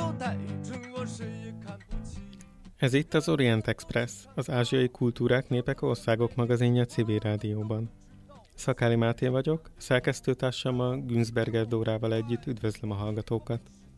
Ez itt az Orient Express, az ázsiai kultúrák, népek, országok magazinja civil rádióban. Szakáli Máté vagyok, szerkesztőtársammal Günzberger Dórával együtt üdvözlöm a hallgatókat.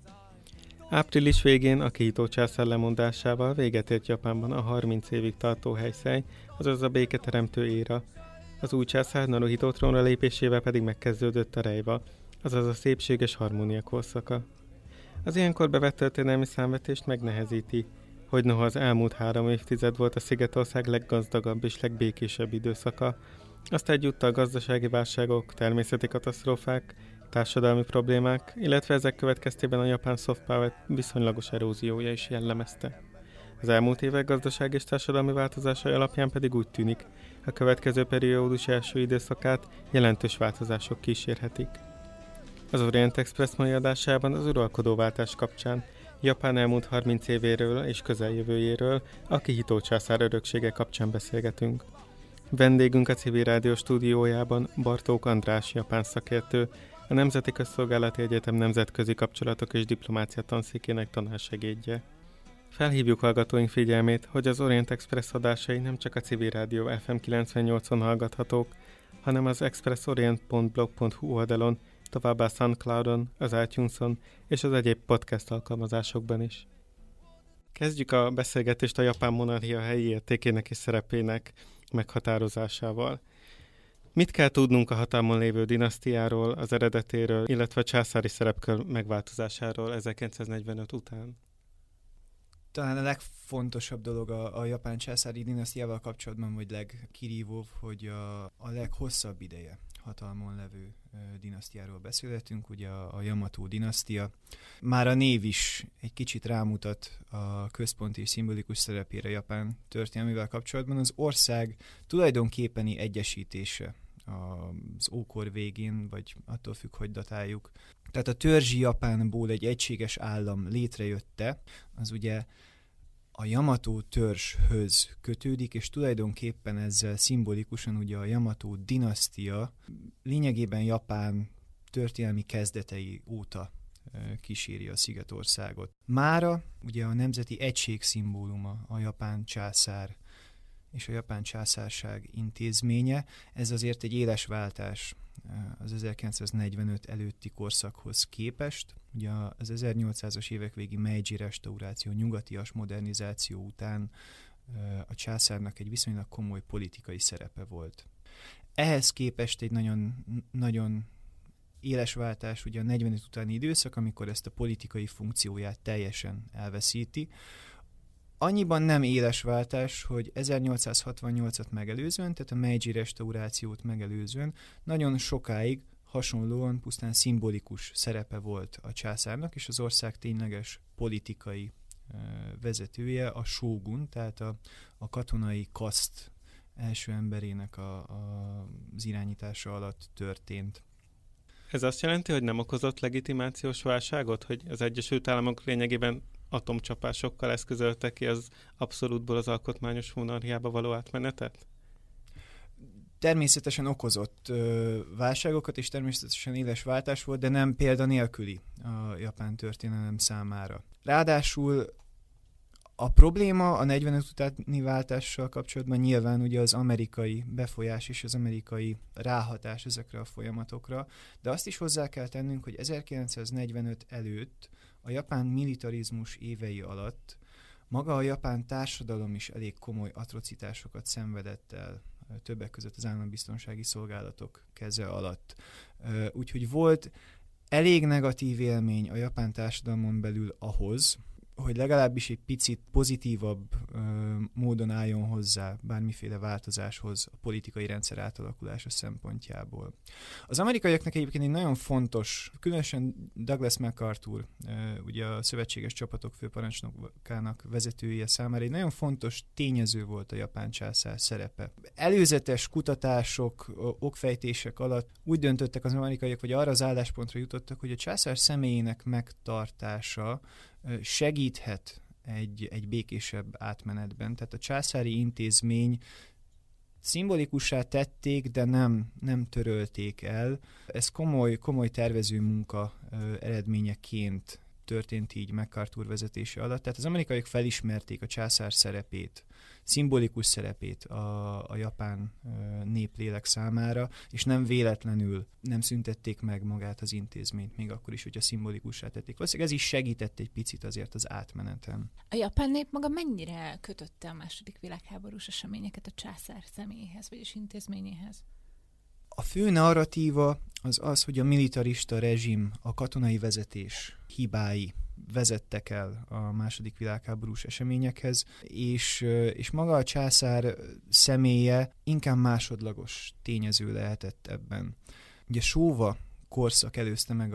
Április végén a Kihito császár lemondásával véget ért Japánban a 30 évig tartó helyszely, azaz a béketeremtő éra. Az új császár Naruhito trónra lépésével pedig megkezdődött a Reiwa, azaz a szépséges harmónia korszaka. Az ilyenkor bevett történelmi számvetést megnehezíti, hogy noha az elmúlt 3 évtized volt a Szigetország leggazdagabb és legbékésebb időszaka, azt egyúttal gazdasági válságok, természeti katasztrófák, társadalmi problémák, illetve ezek következtében a japán soft power viszonylagos eróziója is jellemezte. Az elmúlt évek gazdasági és társadalmi változásai alapján pedig úgy tűnik, a következő periódus első időszakát jelentős változások kísérhetik. Az Orient Express mai adásában az uralkodóváltás kapcsán Japán elmúlt 30 évéről és közeljövőjéről, a Kihito császár öröksége kapcsán beszélgetünk. Vendégünk a Civil Rádió stúdiójában Bartók András japán szakértő, a Nemzeti Közszolgálati Egyetem nemzetközi kapcsolatok és diplomácia tanszékének tanársegédje. Felhívjuk hallgatóink figyelmét, hogy az Orient Express adásai nem csak a Civil Rádió FM 98-on hallgathatók, hanem az expressorient.blog.hu oldalon, továbbá SoundCloudon, az iTunes-on és az egyéb podcast alkalmazásokban is. Kezdjük a beszélgetést a japán monarchia helyi értékének és szerepének meghatározásával. Mit kell tudnunk a hatalmon lévő dinasztiáról, az eredetéről, illetve a császári szerepkör megváltozásáról 1945 után? Talán a legfontosabb dolog a japán császári dinasztiával kapcsolatban, vagy legkirívóbb, hogy a leghosszabb ideje hatalmon levő dinasztiáról beszélhetünk, ugye a Yamato dinasztia. Már a név is egy kicsit rámutat a központi és szimbolikus szerepére Japán történelmével kapcsolatban. Az ország tulajdonképpeni egyesítése az ókor végén, vagy attól függ, hogy datáljuk. Tehát a törzsi Japánból egy egységes állam létrejötte, az ugye a Yamato törzshöz kötődik, és tulajdonképpen ezzel szimbolikusan ugye a Yamato dinasztia lényegében Japán történelmi kezdetei óta kíséri a Szigetországot. Mára ugye a nemzeti egység szimbóluma a japán császár és a japán császárság intézménye. Ez azért egy éles váltás az 1945 előtti korszakhoz képest. Ugye az 1800-as évek végi Meiji restauráció, nyugatias modernizáció után a császárnak egy viszonylag komoly politikai szerepe volt. Ehhez képest egy nagyon, nagyon éles váltás ugye a 45 utáni időszak, amikor ezt a politikai funkcióját teljesen elveszíti. Annyiban nem éles váltás, hogy 1868-at megelőzően, tehát a Meiji restaurációt megelőzően nagyon sokáig hasonlóan pusztán szimbolikus szerepe volt a császárnak, és az ország tényleges politikai vezetője, a shogun, tehát a katonai kaszt első emberének az irányítása alatt történt. Ez azt jelenti, hogy nem okozott legitimációs válságot, hogy az Egyesült Államok lényegében atomcsapásokkal eszközölte ki az abszolútból az alkotmányos monarchiába való átmenetet? Természetesen okozott válságokat, és természetesen éles váltás volt, de nem példa nélküli a japán történelem számára. Ráadásul a probléma a 45 utáni váltással kapcsolatban nyilván ugye az amerikai befolyás és az amerikai ráhatás ezekre a folyamatokra, de azt is hozzá kell tennünk, hogy 1945 előtt a japán militarizmus évei alatt maga a japán társadalom is elég komoly atrocitásokat szenvedett el, többek között az állambiztonsági szolgálatok keze alatt. Úgyhogy volt elég negatív élmény a japán társadalmon belül ahhoz, hogy legalábbis egy picit pozitívabb módon álljon hozzá bármiféle változáshoz a politikai rendszer átalakulása szempontjából. Az amerikaiaknak egyébként egy nagyon fontos, különösen Douglas MacArthur, ugye a szövetséges csapatok főparancsnokának vezetője számára egy nagyon fontos tényező volt a japán császár szerepe. Előzetes kutatások, okfejtések alatt úgy döntöttek az amerikaiak, hogy arra az álláspontra jutottak, hogy a császár személyének megtartása segíthet egy békésebb átmenetben. Tehát a császári intézmény szimbolikussá tették, de nem törölték el. Ez komoly tervező munka eredményeként történt így MacArthur vezetése alatt. Tehát az amerikaiak felismerték a császár szerepét, szimbolikus szerepét a japán néplélek számára, és nem véletlenül nem szüntették meg magát az intézményt, még akkor is, hogyha szimbolikussá tették. Valószínűleg ez is segített egy picit azért az átmeneten. A japán nép maga mennyire kötötte a második világháborús eseményeket a császár személyéhez, vagyis intézményéhez? A fő narratíva az, hogy a militarista rezsim, a katonai vezetés hibái vezettek el a második világháborús eseményekhez, és maga a császár személye inkább másodlagos tényező lehetett ebben. Ugye Sóva korszak előzte meg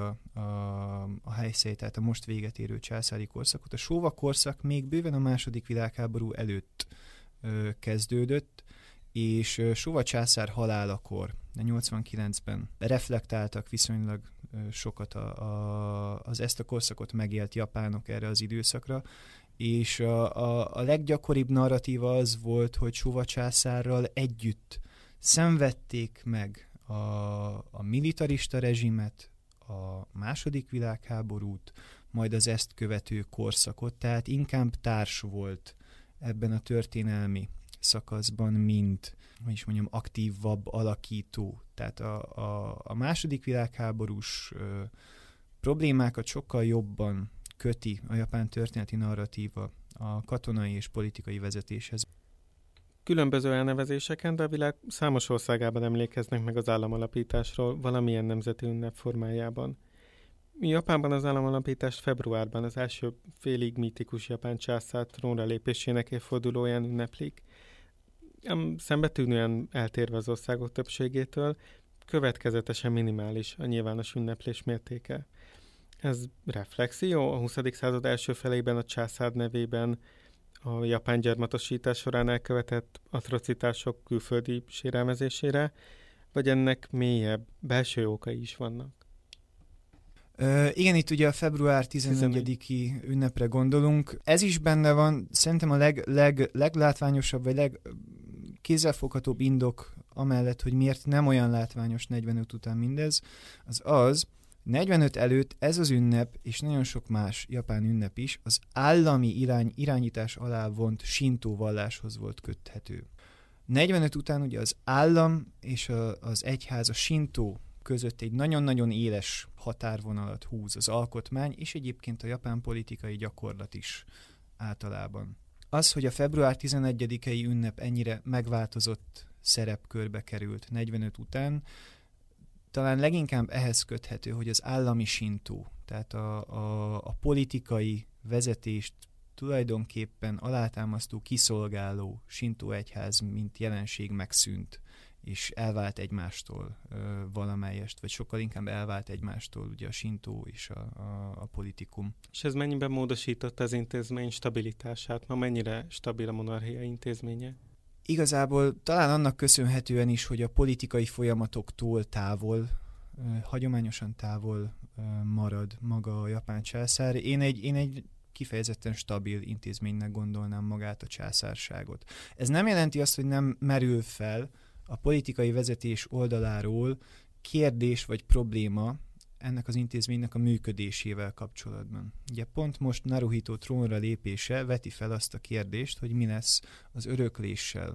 a Heisei, tehát a most véget érő császári korszakot. A Sóva korszak még bőven a második világháború előtt kezdődött, és Sóva császár halálakor, 89-ben reflektáltak viszonylag sokat az ezt a korszakot megélt japánok erre az időszakra, és a leggyakoribb narratíva az volt, hogy Sóva császárral együtt szenvedték meg a militarista rezsimet, a második világháborút, majd az ezt követő korszakot, tehát inkább társ volt ebben a történelmi szakaszban, mint, hogy is mondjam, aktívabb alakító. Tehát a második világháborús problémákat sokkal jobban köti a japán történeti narratíva a katonai és politikai vezetéshez. Különböző elnevezéseken, de a világ számos országában emlékeznek meg az államalapításról valamilyen nemzeti ünnep formájában. Japánban az államalapítást februárban, az első félig mítikus japán császár trónra lépésének évfordulóján ünneplik. Szembetűnően eltérve az országok többségétől, következetesen minimális a nyilvános ünneplés mértéke. Ez reflexió a 20. század első felében a császár nevében a japán gyarmatosítás során elkövetett atrocitások külföldi sérelmezésére, vagy ennek mélyebb belső okai is vannak? Igen, itt ugye a február 14-i ünnepre gondolunk. Ez is benne van, szerintem a leglátványosabb, vagy legkézzelfoghatóbb indok amellett, hogy miért nem olyan látványos 45 után mindez, az 45 előtt ez az ünnep, és nagyon sok más japán ünnep is, az állami irányítás alá vont sintó valláshoz volt köthető. 45 után ugye az állam és az egyház, a sintó között egy nagyon-nagyon éles határvonalat húz az alkotmány, és egyébként a japán politikai gyakorlat is általában. Az, hogy a február 11-i ünnep ennyire megváltozott szerepkörbe került 45 után, talán leginkább ehhez köthető, hogy az állami sintó, tehát a politikai vezetést tulajdonképpen alátámasztó, kiszolgáló sintó egyház, mint jelenség megszűnt, és elvált egymástól valamelyest, vagy sokkal inkább elvált egymástól ugye a sintó és a politikum. És ez mennyiben módosította az intézmény stabilitását? Ma mennyire stabil a monarchia intézménye? Igazából talán annak köszönhetően is, hogy a politikai folyamatoktól távol, hagyományosan távol marad maga a japán császár. Én egy kifejezetten stabil intézménynek gondolnám magát a császárságot. Ez nem jelenti azt, hogy nem merül fel a politikai vezetés oldaláról kérdés vagy probléma ennek az intézménynek a működésével kapcsolatban. Ugye pont most Naruhito trónra lépése veti fel azt a kérdést, hogy mi lesz az örökléssel.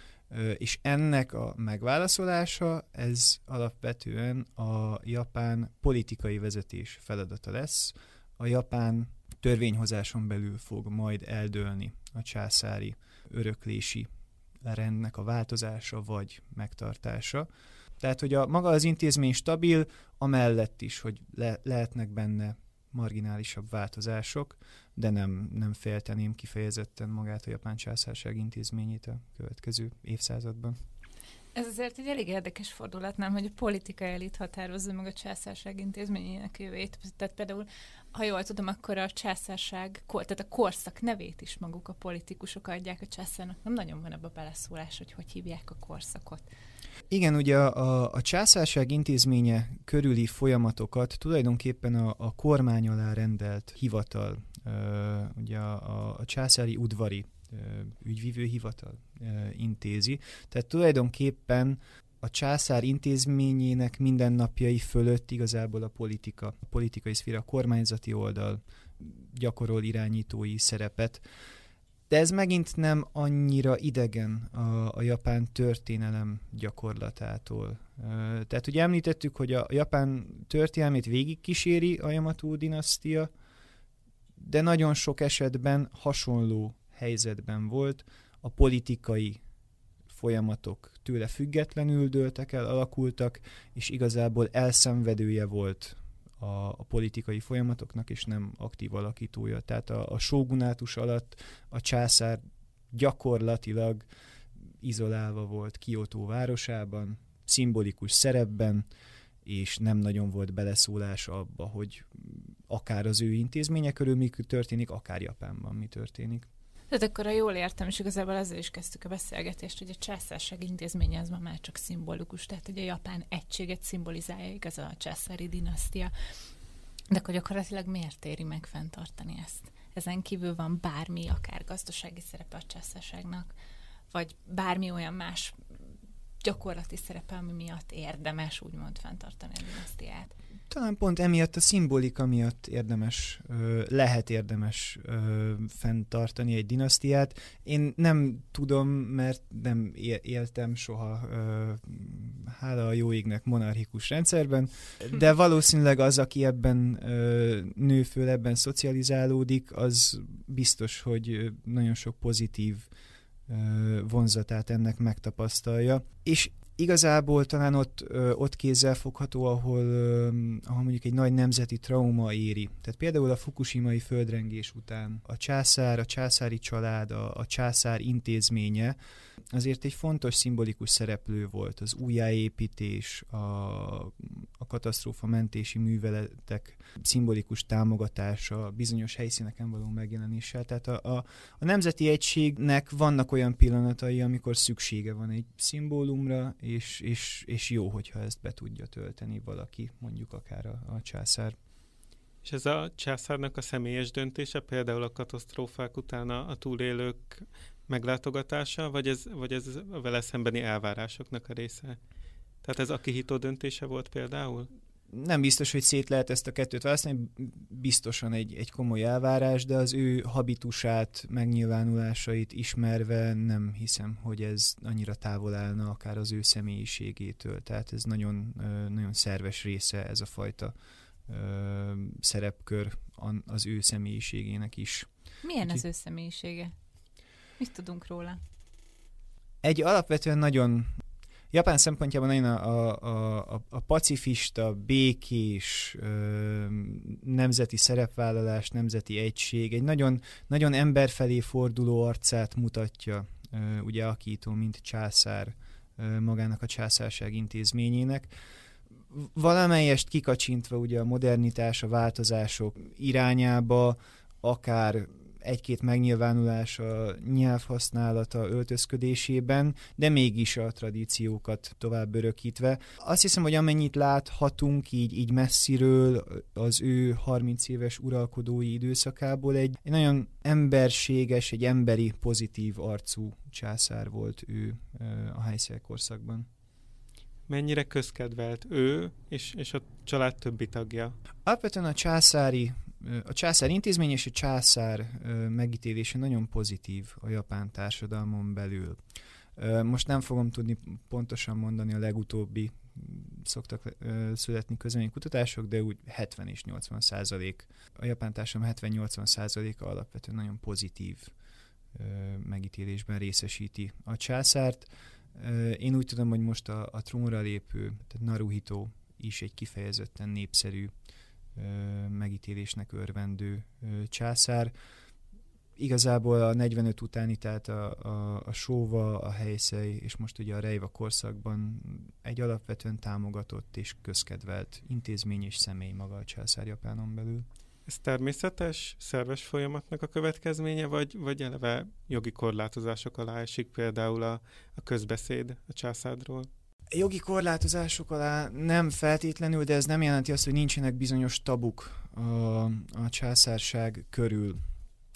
És ennek a megválaszolása, ez alapvetően a japán politikai vezetés feladata lesz. A japán törvényhozáson belül fog majd eldőlni a császári öröklési rendnek a változása vagy megtartása. Tehát, hogy maga az intézmény stabil, amellett is, hogy lehetnek benne marginálisabb változások, de nem félteném kifejezetten magát a japán császárság intézményét a következő évszázadban. Ez azért egy elég érdekes fordulat, nem, hogy a politikai elit határozza meg a császárság intézményének jövőjét. Tehát például, ha jól tudom, akkor a császárság, tehát a korszak nevét is maguk a politikusok adják a császárnak. Nem nagyon van ebbe beleszólás, hogy hívják a korszakot. Igen, ugye a császárság intézménye körüli folyamatokat tulajdonképpen a kormány alá rendelt hivatal, ugye a császári udvari ügyvívő hivatal intézi. Tehát tulajdonképpen a császár intézményének mindennapjai fölött igazából a politikai szféra, a kormányzati oldal gyakorol irányítói szerepet. De ez megint nem annyira idegen a japán történelem gyakorlatától. Tehát ugye említettük, hogy a japán történelmét végigkíséri a Yamato dinasztia, de nagyon sok esetben hasonló helyzetben volt, a politikai folyamatok tőle függetlenül dőltek el, alakultak, és igazából elszenvedője volt a politikai folyamatoknak, és nem aktív alakítója. Tehát a sógunátus alatt a császár gyakorlatilag izolálva volt Kiotó városában, szimbolikus szerepben, és nem nagyon volt beleszólás abba, hogy akár az ő intézménye körül mi történik, akár Japánban mi történik. Tehát akkor, ha jól értem, és igazából ezzel is kezdtük a beszélgetést, hogy a császárság intézménye az ma már csak szimbolikus, tehát hogy a japán egységet szimbolizálja igaz a császári dinasztia. De akkor gyakorlatilag miért éri meg fenntartani ezt? Ezen kívül van bármi, akár gazdasági szerepe a császárságnak, vagy bármi olyan más gyakorlati szerepe, ami miatt érdemes úgymond fenntartani a dinasztiát? Talán pont emiatt a szimbolika miatt lehet érdemes fenntartani egy dinasztiát. Én nem tudom, mert nem éltem soha, hála a jó égnek, monarchikus rendszerben, de valószínűleg az, aki ebben nő föl, ebben szocializálódik, az biztos, hogy nagyon sok pozitív vonzatát ennek megtapasztalja. És igazából talán ott kézzelfogható, ahol mondjuk egy nagy nemzeti trauma éri. Tehát például a fukushimai földrengés után a császári család, a császár intézménye azért egy fontos szimbolikus szereplő volt. Az újjáépítés, a katasztrófa mentési műveletek szimbolikus támogatása, bizonyos helyszíneken való megjelenéssel. Tehát a nemzeti egységnek vannak olyan pillanatai, amikor szüksége van egy szimbólumra, és jó, hogyha ezt be tudja tölteni valaki, mondjuk akár a császár. És ez a császárnak a személyes döntése, például a katasztrófák után a túlélők meglátogatása, vagy ez a vele szembeni elvárásoknak a része? Tehát ez akihito döntése volt például? Nem biztos, hogy szét lehet ezt a kettőt választani, biztosan egy komoly elvárás, de az ő habitusát, megnyilvánulásait ismerve nem hiszem, hogy ez annyira távol állna akár az ő személyiségétől. Tehát ez nagyon, nagyon szerves része, ez a fajta szerepkör az ő személyiségének is. Milyen az ő személyisége? Mit tudunk róla? Egy alapvetően nagyon... Japán szempontjában nagyon a pacifista, békés, nemzeti szerepvállalás, nemzeti egység, egy nagyon, nagyon ember felé forduló arcát mutatja ugye Akihito, mint császár, magának a császárság intézményének. Valamelyest kikacsintva ugye a modernitás, a változások irányába, akár egy-két megnyilvánulás a nyelvhasználata öltözködésében, de mégis a tradíciókat tovább örökítve. Azt hiszem, hogy amennyit láthatunk így messziről az ő 30 éves uralkodói időszakából, egy nagyon emberséges, egy emberi, pozitív arcú császár volt ő a Heisei korszakban. Mennyire közkedvelt ő és a család többi tagja? Alapvetően a császár intézmény és a császár megítélése nagyon pozitív a japán társadalmon belül. Most nem fogom tudni pontosan mondani, a legutóbbi szoktak születni közvéleménykutatások, de úgy 70 és 80%, a japán társadalom 70-80%-a alapvetően nagyon pozitív megítélésben részesíti a császárt. Én úgy tudom, hogy most a trónra lépő, tehát Naruhito is egy kifejezetten népszerű megítélésnek örvendő császár. Igazából a 45 utáni, tehát a Showa, a Heisei és most ugye a Reiwa korszakban egy alapvetően támogatott és közkedvelt intézmény és személy maga a császár Japánon belül. Ez természetes, szerves folyamatnak a következménye, vagy eleve jogi korlátozások alá esik például a közbeszéd a császárról? Jogi korlátozások alá nem feltétlenül, de ez nem jelenti azt, hogy nincsenek bizonyos tabuk a császárság körül.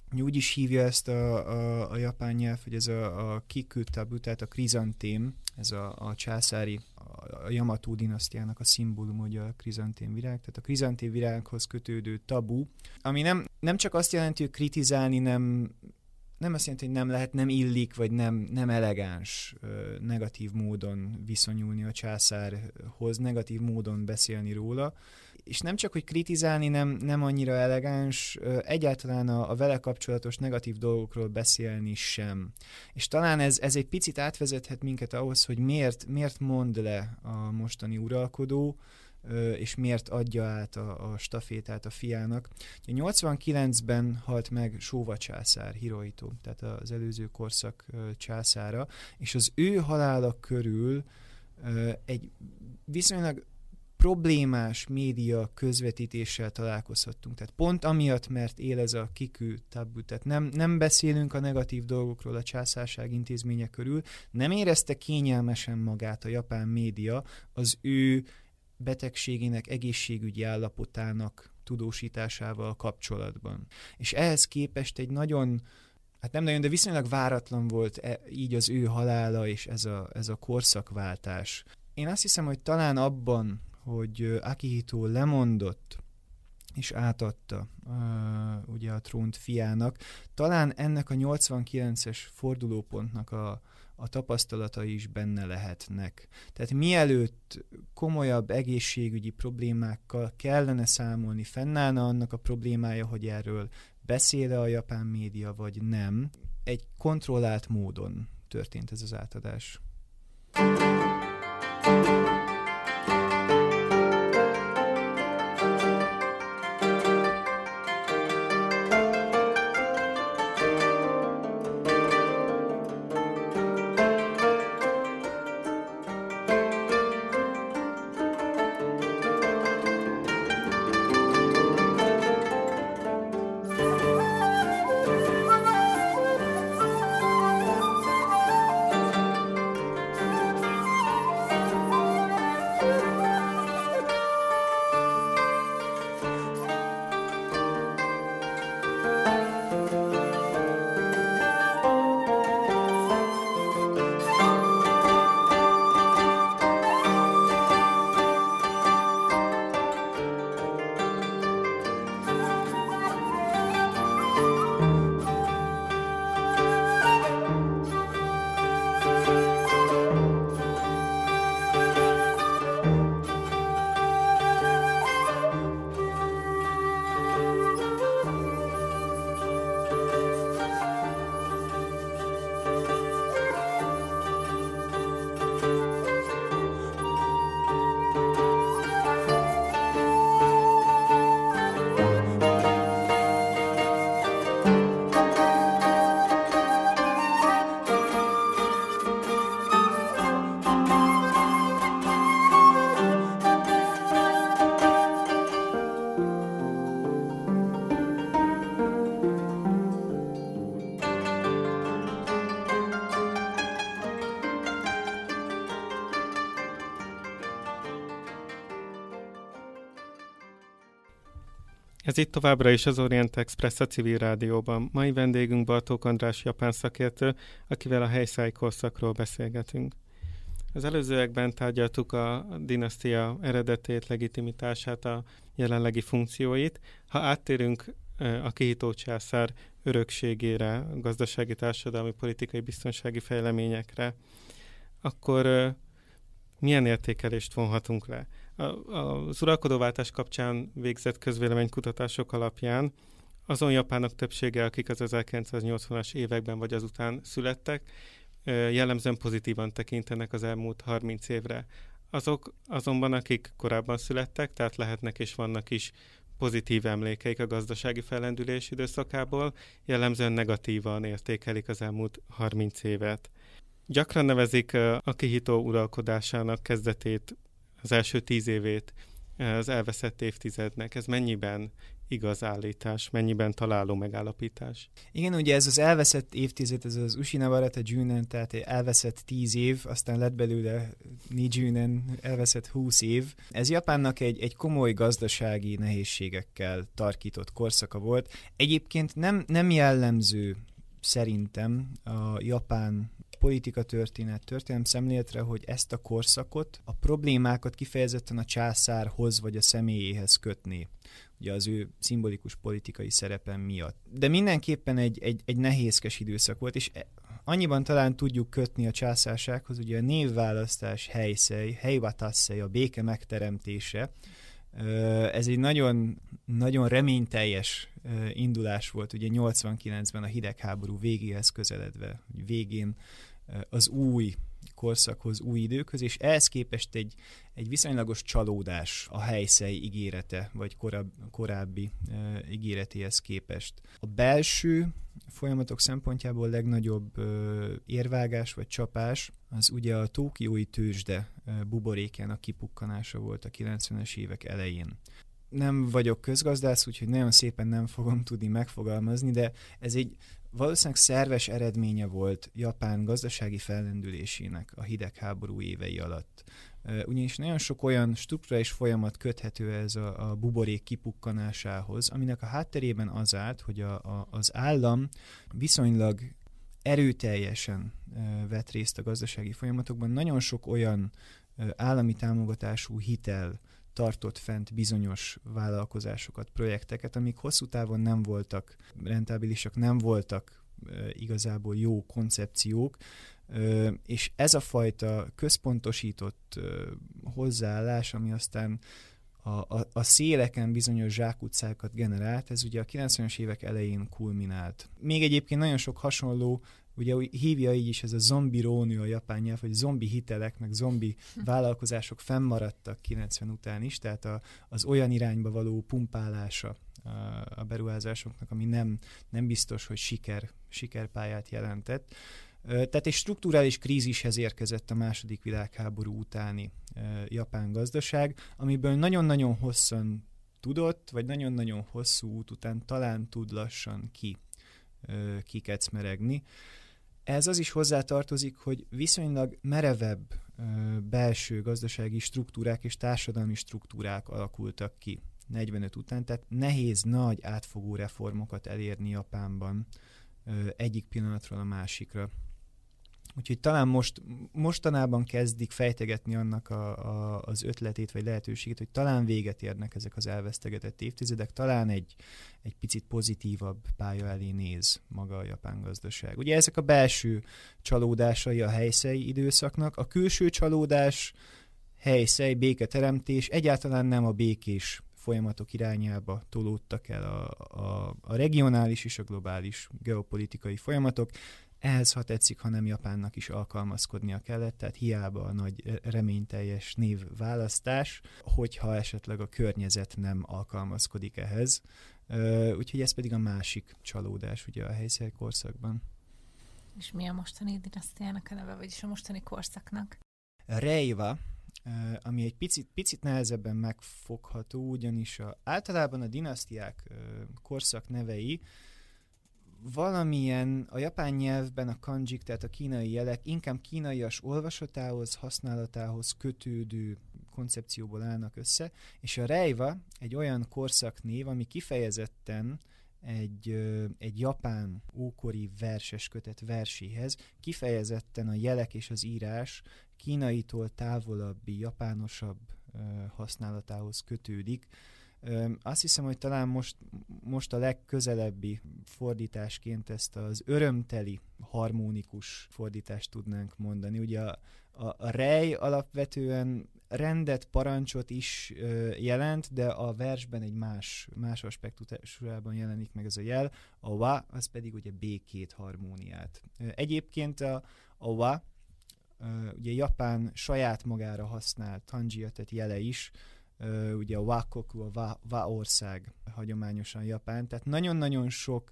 Úgy is hívja ezt a japán nyelv, hogy ez a Kiku tabu, tehát a krizantém, ez a császári, a Yamato dinasztiának a szimbólum, hogy a krizantém virág, tehát a krizantém virághoz kötődő tabu, ami nem csak azt jelenti, hogy kritizálni nem azt jelenti, hogy nem lehet, nem illik, vagy nem elegáns negatív módon viszonyulni a császárhoz, negatív módon beszélni róla, és nem csak, hogy kritizálni nem annyira elegáns, egyáltalán a vele kapcsolatos negatív dolgokról beszélni sem. És talán ez egy picit átvezethet minket ahhoz, hogy miért mond le a mostani uralkodó, és miért adja át a stafétát a fiának. 89-ben halt meg Showa császár, Hirohito, tehát az előző korszak császára, és az ő halála körül egy viszonylag problémás média közvetítéssel találkozhattunk. Tehát pont amiatt, mert él ez a Kiku tabu, tehát nem beszélünk a negatív dolgokról a császárság intézménye körül, nem érezte kényelmesen magát a japán média az ő betegségének, egészségügyi állapotának tudósításával kapcsolatban. És ehhez képest egy nagyon, nem nagyon, de viszonylag váratlan volt így az ő halála és ez a korszakváltás. Én azt hiszem, hogy talán abban, hogy Akihito lemondott és átadta ugye a trónt fiának, talán ennek a 89-es fordulópontnak a tapasztalatai is benne lehetnek. Tehát mielőtt komolyabb egészségügyi problémákkal kellene számolni, fennállna annak a problémája, hogy erről beszél-e a japán média, vagy nem, egy kontrollált módon történt ez az átadás. Ez itt továbbra is az Orient Express a Civil Rádióban. Mai vendégünk Bartók András japán szakértő, akivel a Heisei korszakról beszélgetünk. Az előzőekben tárgyaltuk a dinasztia eredetét, legitimitását, a jelenlegi funkcióit. Ha áttérünk Akihito császár örökségére, gazdasági, társadalmi, politikai, biztonsági fejleményekre, akkor milyen értékelést vonhatunk le? Az uralkodóváltás kapcsán végzett közvéleménykutatások alapján azon japánok többsége, akik az 1980-as években vagy azután születtek, jellemzően pozitívan tekintenek az elmúlt 30 évre. Azok azonban, akik korábban születtek, tehát lehetnek és vannak is pozitív emlékeik a gazdasági fellendülés időszakából, jellemzően negatívan értékelik az elmúlt 30 évet. Gyakran nevezik Akihito uralkodásának kezdetét, az első 10 évét az elveszett évtizednek. Ez mennyiben igaz állítás, mennyiben találó megállapítás? Igen, ugye ez az elveszett évtized, ez az Ushinawara Junen, tehát elveszett 10 év, aztán lett belőle Nijunen, elveszett 20 év. Ez Japánnak egy komoly gazdasági nehézségekkel tarkított korszaka volt. Egyébként nem jellemző szerintem a japán politika történelem szemléletre, hogy ezt a korszakot, a problémákat kifejezetten a császárhoz vagy a személyéhez kötné, ugye az ő szimbolikus politikai szerepen miatt. De mindenképpen egy nehézkes időszak volt, és annyiban talán tudjuk kötni a császársághoz, ugye a névválasztás heiwatassei, a béke megteremtése, ez egy nagyon, nagyon reményteljes indulás volt, ugye 89-ben a hidegháború végéhez közeledve, végén az új korszakhoz, új időkhöz, és ehhez képest egy viszonylagos csalódás a Heisei ígérete, vagy korábbi ígéretéhez képest. A belső folyamatok szempontjából legnagyobb érvágás vagy csapás az ugye a tokiói tőzsde buborékjának kipukkanása volt a 90-es évek elején. Nem vagyok közgazdász, úgyhogy nagyon szépen nem fogom tudni megfogalmazni, de ez egy valószínűleg szerves eredménye volt Japán gazdasági fellendülésének a hidegháború évei alatt. Ugyanis nagyon sok olyan strukturális folyamat köthető ez a buborék kipukkanásához, aminek a hátterében az állt, hogy az állam viszonylag erőteljesen vett részt a gazdasági folyamatokban. Nagyon sok olyan állami támogatású hitel tartott fent bizonyos vállalkozásokat, projekteket, amik hosszú távon nem voltak rentábilisak, nem voltak igazából jó koncepciók, és ez a fajta központosított hozzáállás, ami aztán a széleken bizonyos zsákutcákat generált, ez ugye a 90-es évek elején kulminált. Még egyébként nagyon sok hasonló, ugye hívja így is ez a zombi rónő a japán nyelv, hogy zombi hitelek, meg zombi vállalkozások fennmaradtak 90 után is, tehát az olyan irányba való pumpálása a beruházásoknak, ami nem biztos, hogy sikerpályát jelentett. Tehát egy strukturális krízishez érkezett a második világháború utáni japán gazdaság, amiből nagyon-nagyon hosszan tudott, vagy nagyon-nagyon hosszú út után talán tud lassan kikecmeregni. Ez az is hozzátartozik, hogy viszonylag merevebb belső gazdasági struktúrák és társadalmi struktúrák alakultak ki 45 után, tehát nehéz nagy átfogó reformokat elérni Japánban egyik pillanatról a másikra. Úgyhogy talán mostanában kezdik fejtegetni annak az ötletét vagy lehetőségét, hogy talán véget érnek ezek az elvesztegetett évtizedek, talán egy picit pozitívabb pálya elé néz maga a japán gazdaság. Ugye ezek a belső csalódásai a Heisei időszaknak, a külső csalódás, Heisei, béketeremtés, egyáltalán nem a békés folyamatok irányába tolódtak el a regionális és a globális geopolitikai folyamatok. Ehhez, ha tetszik, hanem Japánnak is alkalmazkodnia kellett, tehát hiába a nagy reményteljes névválasztás, hogyha esetleg a környezet nem alkalmazkodik ehhez. Úgyhogy ez pedig a másik csalódás ugye a Heisei korszakban. És mi a mostani dinasztiának a neve, vagyis a mostani korszaknak? Reiwa, ami egy picit nehezebben megfogható, ugyanis általában a dinasztiák korszak nevei valamilyen a japán nyelvben a kanjik, tehát a kínai jelek inkább kínaias olvasatához, használatához kötődő koncepcióból állnak össze, és a Reiwa egy olyan korszaknév, ami kifejezetten egy japán ókori verses kötet verséhez, kifejezetten a jelek és az írás kínaitól távolabbi, japánosabb használatához kötődik. Azt hiszem, hogy talán most a legközelebbi fordításként ezt az örömteli, harmonikus fordítást tudnánk mondani. Ugye a rej alapvetően rendet, parancsot is jelent, de a versben egy más aspektusában jelenik meg ez a jel. A wa, az pedig ugye békét, harmóniát. Egyébként a wa, ugye Japán saját magára használt kanjia, tehát jele is, ugye a Wakoku, a Wa-ország hagyományosan Japán, tehát nagyon-nagyon sok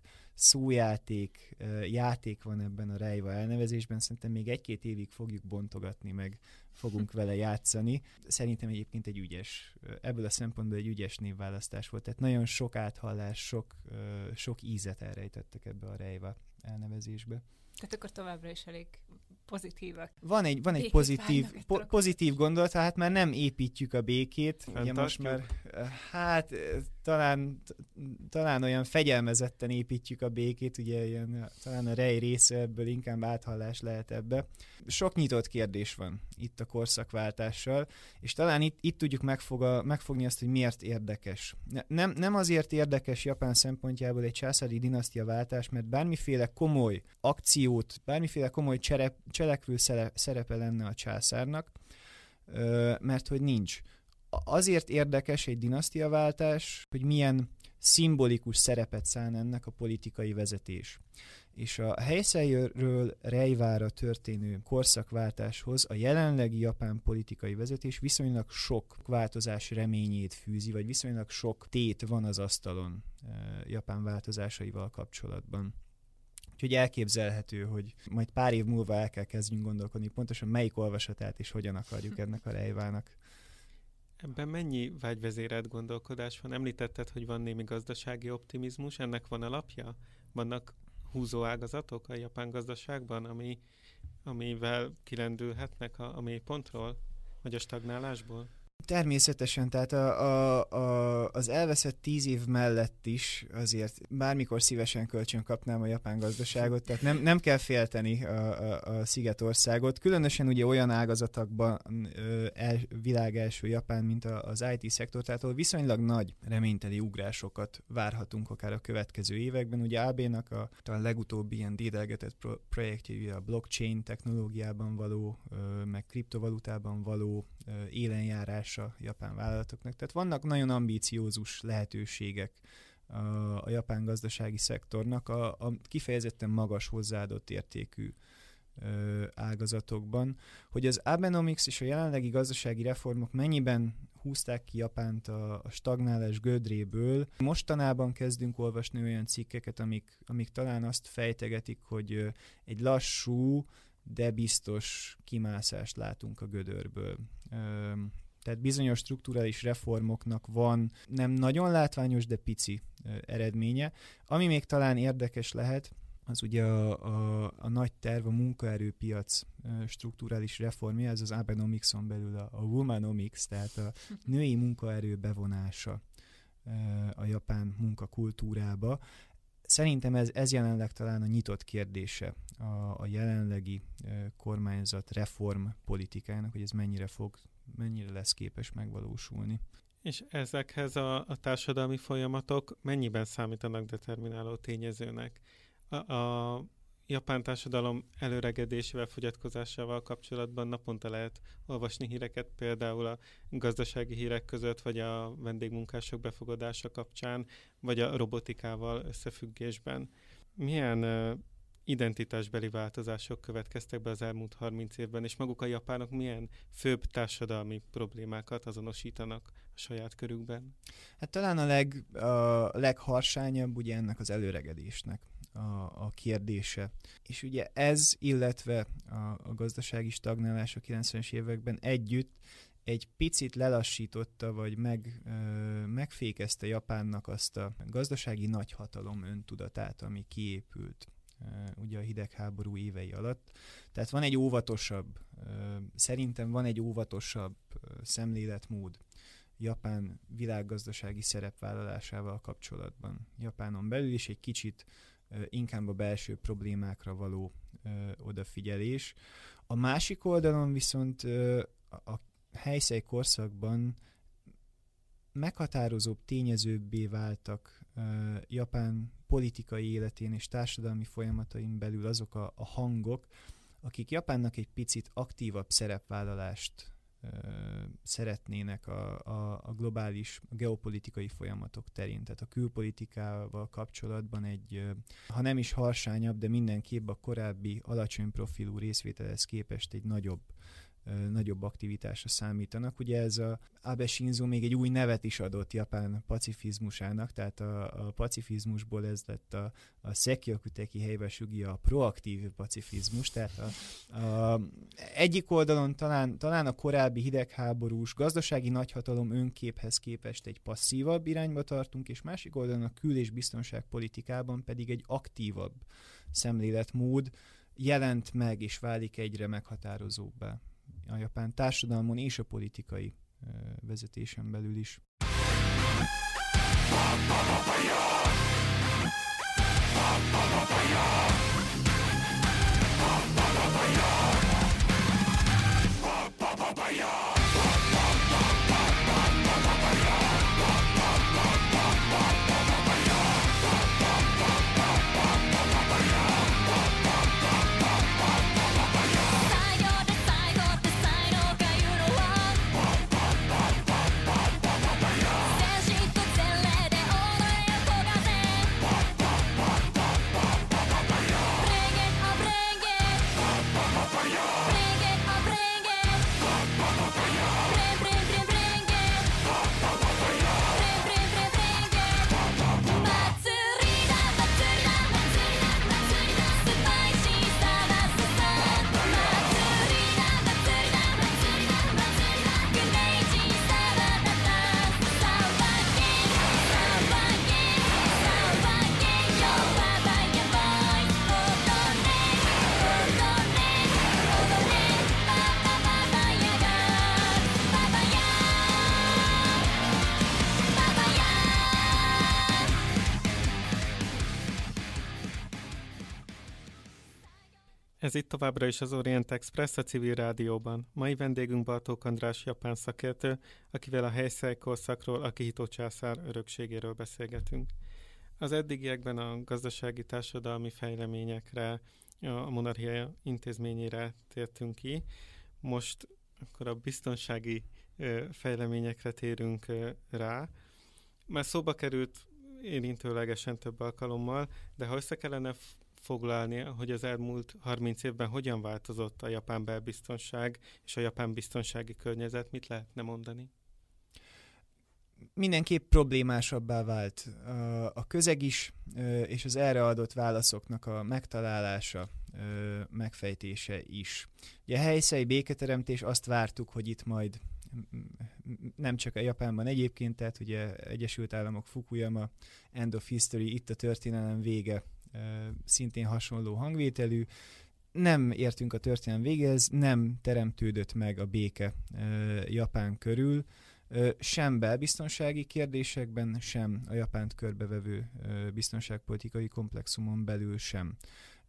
játék van ebben a Reiwa elnevezésben, szerintem még 1-2 évig fogjuk bontogatni, meg fogunk vele játszani. Szerintem egyébként ebből a szempontból egy ügyes névválasztás volt, tehát nagyon sok áthallás, sok ízet elrejtettek ebbe a Reiwa elnevezésbe. Tehát akkor továbbra is elég pozitívak. Van egy pozitív gondolat, hát már nem építjük a békét. Ugye most már, hát talán olyan fegyelmezetten építjük a békét, ugye talán a Rei része ebből inkább áthallás lehet ebbe. Sok nyitott kérdés van itt a korszakváltással, és talán itt tudjuk megfogni azt, hogy miért érdekes. Nem azért érdekes Japán szempontjából egy császári dinasztiaváltás, mert bármiféle komoly akciót, bármiféle komoly cselekvő szerepe lenne a császárnak, mert hogy nincs. Azért érdekes egy dinasztiaváltás, hogy milyen szimbolikus szerepet szán ennek a politikai vezetés. És a Heisei-ről Reivára történő korszakváltáshoz a jelenlegi japán politikai vezetés viszonylag sok változás reményét fűzi, vagy viszonylag sok tét van az asztalon Japán változásaival kapcsolatban. Úgyhogy elképzelhető, hogy majd pár év múlva el kell kezdjünk gondolkodni, pontosan melyik olvasatát és hogyan akarjuk ennek a Reivának. Ebben mennyi vágyvezérelt gondolkodás van? Említetted, hogy van némi gazdasági optimizmus, ennek van alapja? Vannak húzó ágazatok a japán gazdaságban, amivel kilendülhetnek a mélypontról, vagy a stagnálásból? Természetesen, tehát az elveszett 10 év mellett is azért bármikor szívesen kölcsön kapnám a japán gazdaságot, tehát nem kell félteni a szigetországot. Különösen ugye olyan ágazatokban világ első Japán, mint az IT-szektor, tehát ahol viszonylag nagy reményteli ugrásokat várhatunk akár a következő években. Ugye AB-nak talán legutóbbi ilyen dédelgetett projektje a blockchain technológiában való, meg kriptovalutában való élenjárás a japán vállalatoknak. Tehát vannak nagyon ambíciózus lehetőségek a japán gazdasági szektornak a kifejezetten magas hozzáadott értékű ágazatokban. Hogy az Abenomics és a jelenlegi gazdasági reformok mennyiben húzták ki Japánt a stagnálás gödréből. Mostanában kezdünk olvasni olyan cikkeket, amik talán azt fejtegetik, hogy egy lassú, de biztos kimászást látunk a gödörből. Tehát bizonyos strukturális reformoknak van nem nagyon látványos, de pici eredménye. Ami még talán érdekes lehet, az ugye a nagy terv, a munkaerőpiac strukturális reformja, ez az Abenomicson belül a Womanomics, tehát a női munkaerő bevonása a japán munkakultúrába. Szerintem ez jelenleg talán a nyitott kérdése a jelenlegi kormányzat reformpolitikájának, hogy ez mennyire lesz képes megvalósulni. És ezekhez a társadalmi folyamatok mennyiben számítanak determináló tényezőnek? A japán társadalom előregedésével, fogyatkozásával kapcsolatban naponta lehet olvasni híreket, például a gazdasági hírek között, vagy a vendégmunkások befogadása kapcsán, vagy a robotikával összefüggésben. Milyen identitásbeli változások következtek be az elmúlt 30 évben, és maguk a japánok milyen főbb társadalmi problémákat azonosítanak a saját körükben? Hát talán a legharsányabb ugye ennek az előregedésnek a kérdése. És ugye ez, illetve a gazdasági stagnálás a 90-es években együtt egy picit lelassította, vagy megfékezte Japánnak azt a gazdasági nagyhatalom öntudatát, ami kiépült ugye a hidegháború évei alatt. Tehát van egy óvatosabb, szerintem van egy óvatosabb szemléletmód Japán világgazdasági szerepvállalásával kapcsolatban. Japánon belül is egy kicsit inkább a belső problémákra való odafigyelés. A másik oldalon viszont a Heisei korszakban meghatározóbb tényezőbbé váltak Japán politikai életén és társadalmi folyamatain belül azok a hangok, akik Japánnak egy picit aktívabb szerepvállalást szeretnének a globális geopolitikai folyamatok terén. Tehát a külpolitikával kapcsolatban egy, ha nem is harsányabb, de mindenképp a korábbi alacsony profilú részvételhez képest egy nagyobb nagyobb aktivitásra számítanak. Ugye ez a Abe Shinzo még egy új nevet is adott Japán pacifizmusának, tehát a pacifizmusból ez lett a Sekyokuteki Heibasugi, a proaktív pacifizmus, tehát egyik oldalon talán a korábbi hidegháborús gazdasági nagyhatalom önképhez képest egy passzívabb irányba tartunk, és másik oldalon a kül- és biztonságpolitikában pedig egy aktívabb szemléletmód jelent meg és válik egyre meghatározóbbá a japán társadalmon és a politikai vezetésen belül is. Ez itt továbbra is az Orient Express a Civil Rádióban. Mai vendégünk Bartók András japán szakértő, akivel a Heisei korszakról, a Kihito császár örökségéről beszélgetünk. Az eddigiekben a gazdasági társadalmi fejleményekre, a monarchia intézményére tértünk ki. Most akkor a biztonsági fejleményekre térünk rá. Már szóba került érintőlegesen több alkalommal, de ha össze kellene foglalni, hogy az elmúlt 30 évben hogyan változott a japán belbiztonság és a japán biztonsági környezet, mit lehetne mondani? Mindenképp problémásabbá vált a közeg is, és az erre adott válaszoknak a megtalálása, megfejtése is. Ugye a Heisei béketeremtés, azt vártuk, hogy itt majd nem csak a Japánban egyébként, tehát ugye Egyesült Államok, Fukuyama, End of History, itt a történelem vége, szintén hasonló hangvételű. Nem értünk a történelem végéhez, nem teremtődött meg a béke Japán körül, sem belbiztonsági kérdésekben, sem a Japánt körbevevő biztonságpolitikai komplexumon belül sem.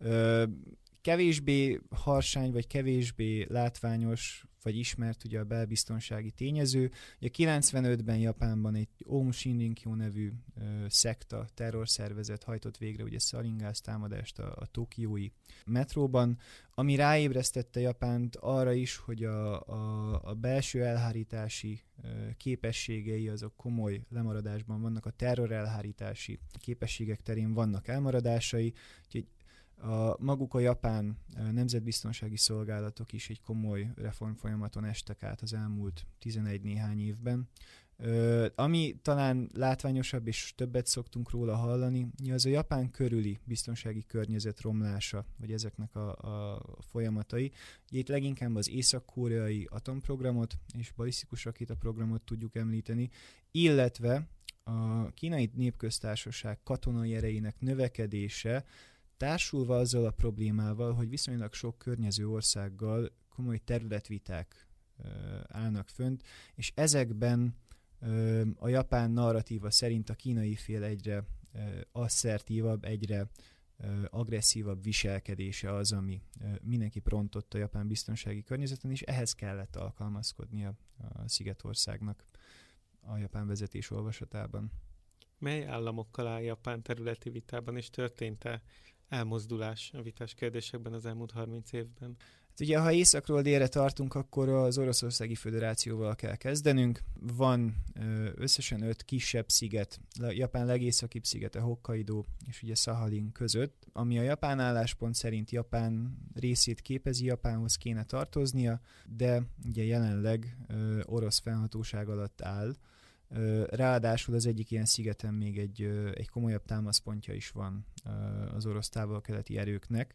Kevésbé harsány, vagy kevésbé látványos, vagy ismert ugye a belbiztonsági tényező. Ugye 95-ben Japánban egy Aum Shinrin-kyo nevű szekta, terrorszervezet hajtott végre ugye szaringáz támadást a tokiói metróban, ami ráébresztette Japánt arra is, hogy a belső elhárítási képességei azok komoly lemaradásban vannak, a terror elhárítási képességek terén vannak elmaradásai, úgyhogy maguk a japán nemzetbiztonsági szolgálatok is egy komoly reformfolyamaton estek át az elmúlt 11 néhány évben. Ami talán látványosabb, és többet szoktunk róla hallani, az a Japán körüli biztonsági környezet romlása, vagy ezeknek a folyamatai. Itt leginkább az észak-koreai atomprogramot és balisztikus rakétaprogramot tudjuk említeni, illetve a Kínai Népköztársaság katonai erejének növekedése, társulva azzal a problémával, hogy viszonylag sok környező országgal komoly területviták állnak fönt, és ezekben a japán narratíva szerint a kínai fél egyre asszertívabb, egyre agresszívabb viselkedése az, ami mindenki rontott a japán biztonsági környezeten, és ehhez kellett alkalmazkodnia a Szigetországnak a japán vezetés olvasatában. Mely államokkal áll Japán területi vitában, és történt-e elmozdulás a vitás kérdésekben az elmúlt 30 évben? Ugye, ha északról délre tartunk, akkor az Oroszországi Föderációval kell kezdenünk. Van összesen 5 kisebb sziget, Japán legészakibb szigete Hokkaido és ugye Szahalin között, ami a japán álláspont szerint Japán részét képezi, Japánhoz kéne tartoznia, de ugye jelenleg orosz fennhatóság alatt áll. Ráadásul az egyik ilyen szigeten még egy komolyabb támaszpontja is van az orosz távol-keleti erőknek.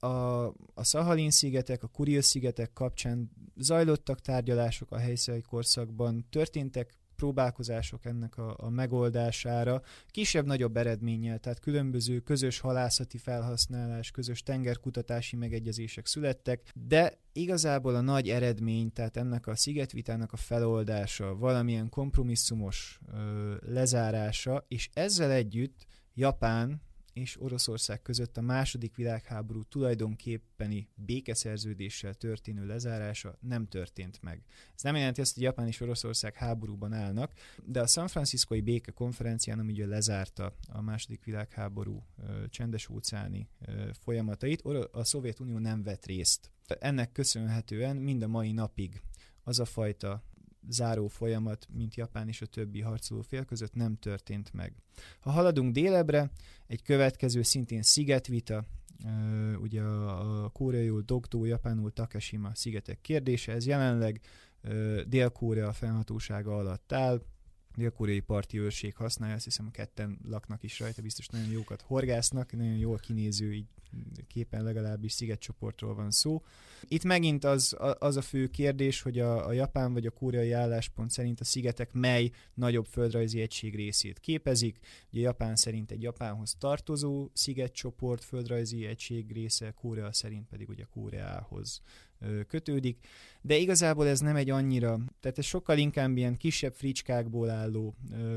A Szahalin-szigetek, a Kuril-szigetek kapcsán zajlottak tárgyalások a helyszíni korszakban, történtek próbálkozások ennek a megoldására, kisebb-nagyobb eredménnyel, tehát különböző közös halászati felhasználás, közös tengerkutatási megegyezések születtek, de igazából a nagy eredmény, tehát ennek a szigetvitának a feloldása, valamilyen kompromisszumos lezárása, és ezzel együtt Japán és Oroszország között a második világháború tulajdonképpeni békeszerződéssel történő lezárása nem történt meg. Ez nem jelenti azt, hogy Japán és Oroszország háborúban állnak, de a San Franciscói békekonferencián, ami ugye lezárta a második világháború csendes-óceáni folyamatait, a Szovjetunió nem vett részt. Ennek köszönhetően mind a mai napig az a fajta záró folyamat, mint Japán és a többi harcoló fél között nem történt meg. Ha haladunk délebre, egy következő szintén szigetvita, ugye a koreaiul Dokdo, japánul Takeshima szigetek kérdése, ez jelenleg Dél-Korea fennhatósága alatt áll, dél-koreai parti őrség használja, azt hiszem, ketten laknak is rajta, biztos nagyon jókat horgásznak, nagyon jól kinéző, így képen legalábbis szigetcsoportról van szó. Itt megint az a fő kérdés, hogy a japán vagy a koreai álláspont szerint a szigetek mely nagyobb földrajzi egység részét képezik. Ugye Japán szerint egy Japánhoz tartozó szigetcsoport földrajzi egység része, Korea szerint pedig ugye Koreához kötődik, de igazából ez nem egy annyira, tehát ez sokkal inkább ilyen kisebb fricskákból álló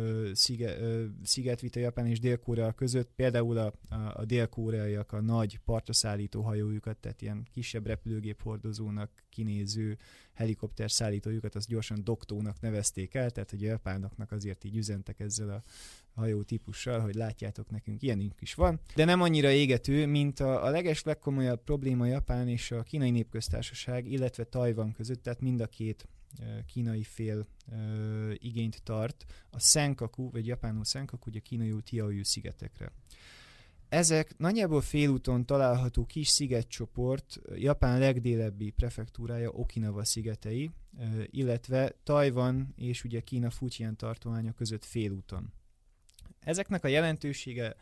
szigetvita Japán és Dél-Korea között, például a dél-koreaiak a nagy partra szállító hajójukat, tehát ilyen kisebb repülőgép hordozónak kinéző helikopter szállítójukat, azt gyorsan Doktónak nevezték el, tehát hogy a japánoknak azért így üzentek ezzel a hajó típussal, hogy látjátok, nekünk ilyenünk is van, de nem annyira égető, mint a legkomolyabb probléma Japán és a Kínai Népköztársaság, illetve Tajvan között, tehát mind a két kínai fél igényt tart a Senkaku, vagy japánul Senkaku, ugye kínaiul Tiaoyu szigetekre. Ezek nagyjából félúton található kis szigetcsoport, Japán legdélebbi prefektúrája Okinawa szigetei, illetve Tajvan és ugye Kína Fujian tartománya között félúton. Ezeknek a jelentősége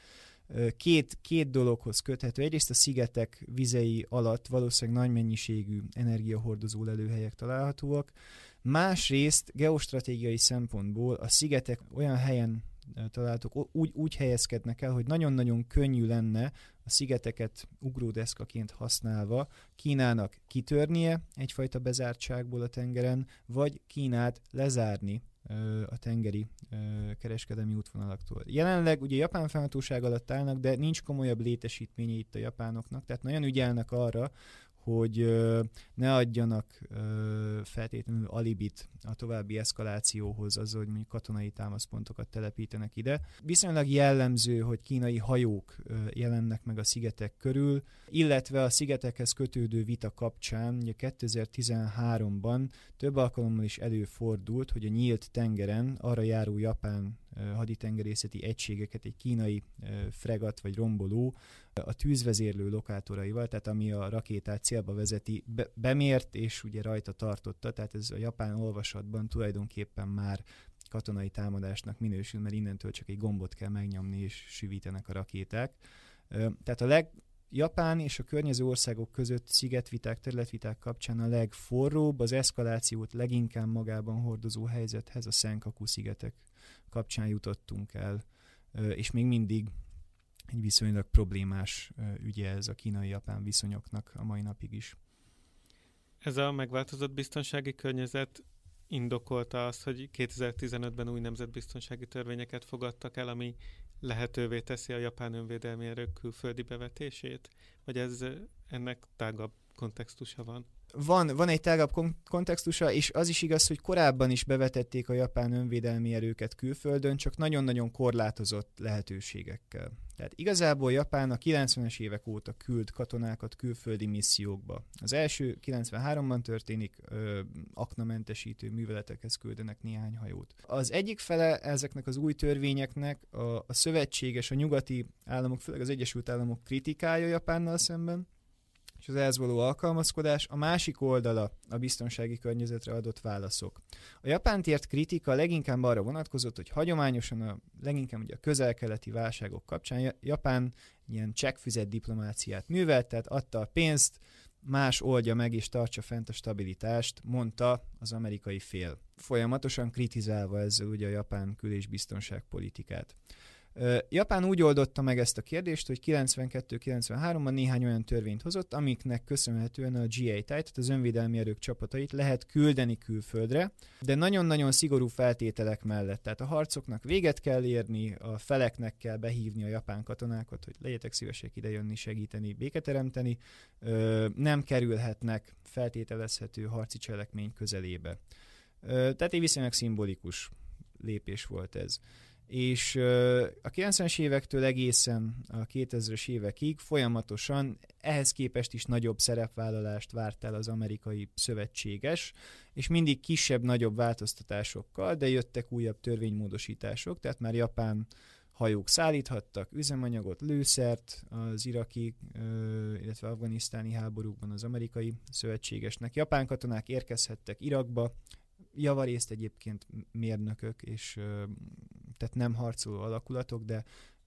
két dologhoz köthető. Egyrészt a szigetek vizei alatt valószínűleg nagy mennyiségű energiahordozó lelőhelyek találhatóak. Másrészt geostratégiai szempontból a szigetek olyan helyen találhatók, úgy helyezkednek el, hogy nagyon-nagyon könnyű lenne a szigeteket ugródeszkaként használva Kínának kitörnie egyfajta bezártságból a tengeren, vagy Kínát lezárni a tengeri kereskedelmi útvonalaktól. Jelenleg ugye Japán fennhatóság alatt állnak, de nincs komolyabb létesítménye itt a japánoknak, tehát nagyon ügyelnek arra, hogy ne adjanak feltétlenül alibit a további eszkalációhoz, azzal, hogy mondjuk katonai támaszpontokat telepítenek ide. Viszonylag jellemző, hogy kínai hajók jelennek meg a szigetek körül, illetve a szigetekhez kötődő vita kapcsán, ugye 2013-ban több alkalommal is előfordult, hogy a nyílt tengeren arra járó japán haditengerészeti egységeket egy kínai fregat vagy romboló a tűzvezérlő lokátoraival, tehát ami a rakétát célba vezeti, bemért és ugye rajta tartotta, tehát ez a japán olvasatban tulajdonképpen már katonai támadásnak minősül, mert innentől csak egy gombot kell megnyomni és süvítenek a rakéták. Tehát Japán és a környező országok között szigetviták, területviták kapcsán a legforróbb, az eszkalációt leginkább magában hordozó helyzethez a Senkaku szigetek kapcsán jutottunk el, és még mindig egy viszonylag problémás ügye ez a kínai-japán viszonyoknak a mai napig is. Ez a megváltozott biztonsági környezet indokolta azt, hogy 2015-ben új nemzetbiztonsági törvényeket fogadtak el, ami lehetővé teszi a japán önvédelmi erők külföldi bevetését? Vagy ennek tágabb kontextusa van? Van egy tágabb kontextusa, és az is igaz, hogy korábban is bevetették a japán önvédelmi erőket külföldön, csak nagyon-nagyon korlátozott lehetőségekkel. Tehát igazából Japán a 90-es évek óta küld katonákat külföldi missziókba. Az első 93-ban történik, aknamentesítő műveletekhez küldenek néhány hajót. Az egyik fele ezeknek az új törvényeknek a szövetséges, a nyugati államok, főleg az Egyesült Államok kritikája Japánnal szemben, és az ehhez való alkalmazkodás, a másik oldala a biztonsági környezetre adott válaszok. A Japánt ért kritika leginkább arra vonatkozott, hogy hagyományosan leginkább ugye a közel-keleti válságok kapcsán Japán ilyen csekkfüzet diplomáciát művelt, tehát adta a pénzt, más oldja meg és tartsa fent a stabilitást, mondta az amerikai fél. Folyamatosan kritizálva ezzel ugye a japán kül- és biztonságpolitikát. Japán úgy oldotta meg ezt a kérdést, hogy 92-93-ban néhány olyan törvényt hozott, amiknek köszönhetően a GA-t, tehát az önvédelmi erők csapatait lehet küldeni külföldre, de nagyon-nagyon szigorú feltételek mellett. Tehát a harcoknak véget kell érni, a feleknek kell behívni a japán katonákat, hogy legyetek szívesek idejönni, segíteni, béketeremteni, nem kerülhetnek feltételezhető harci cselekmény közelébe. Tehát egy viszonylag szimbolikus lépés volt ez. És a 90-es évektől egészen a 2000-es évekig folyamatosan ehhez képest is nagyobb szerepvállalást várt el az amerikai szövetséges, és mindig kisebb-nagyobb változtatásokkal, de jöttek újabb törvénymódosítások, tehát már japán hajók szállíthattak üzemanyagot, lőszert az iraki, illetve afganisztáni háborúkban az amerikai szövetségesnek. Japán katonák érkezhettek Irakba, javarészt egyébként mérnökök, és tehát nem harcoló alakulatok, de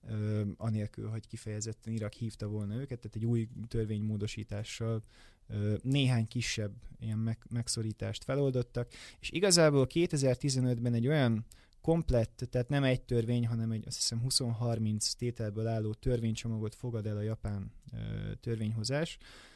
anélkül, hogy kifejezetten Irak hívta volna őket, tehát egy új törvénymódosítással néhány kisebb ilyen megszorítást feloldottak, és igazából 2015-ben egy olyan komplett, tehát nem egy törvény, hanem egy azt hiszem 20-30 tételből álló törvénycsomagot fogad el a japán törvényhozás,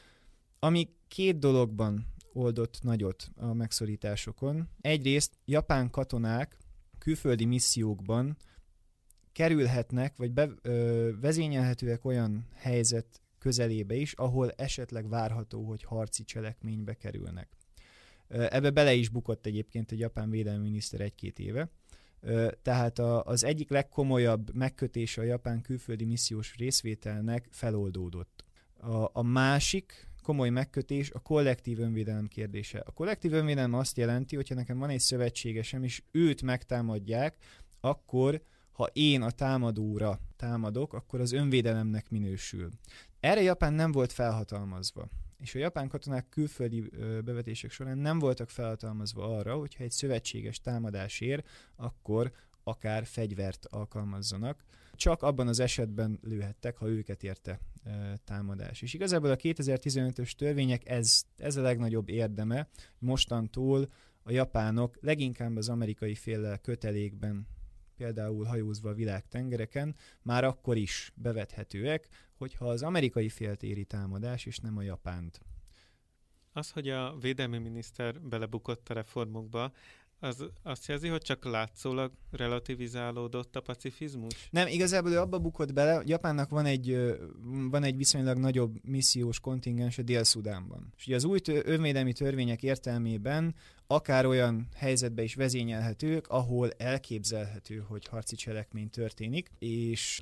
ami két dologban oldott nagyot a megszorításokon. Egyrészt japán katonák külföldi missziókban kerülhetnek, vagy vezényelhetőek olyan helyzet közelébe is, ahol esetleg várható, hogy harci cselekménybe kerülnek. Ebbe bele is bukott egyébként egy japán védelmi miniszter 1-2 éve. Tehát az egyik legkomolyabb megkötése a japán külföldi missziós részvételnek feloldódott. A másik komoly megkötés a kollektív önvédelem kérdése. A kollektív önvédelem azt jelenti, hogyha nekem van egy szövetségesem, és őt megtámadják, akkor, ha én a támadóra támadok, akkor az önvédelemnek minősül. Erre Japán nem volt felhatalmazva. És a japán katonák külföldi bevetések során nem voltak felhatalmazva arra, hogyha egy szövetséges támadás ér, akkor akár fegyvert alkalmazzanak. Csak abban az esetben lőhettek, ha őket érte támadás. És igazából a 2015-ös törvények ez a legnagyobb érdeme. Mostantól a japánok leginkább az amerikai féllel kötelékben, például hajózva a világtengereken, már akkor is bevethetőek, hogyha az amerikai félt éri támadás, és nem a japánt. Az, hogy a védelmi miniszter belebukott a reformokba, az azt jelzi, hogy csak látszólag relativizálódott a pacifizmus? Nem, igazából ő abba bukott bele, Japánnak van egy viszonylag nagyobb missziós kontingens a Dél-Szudánban. És ugye az új önvédelmi törvények értelmében akár olyan helyzetbe is vezényelhetők, ahol elképzelhető, hogy harci cselekmény történik, és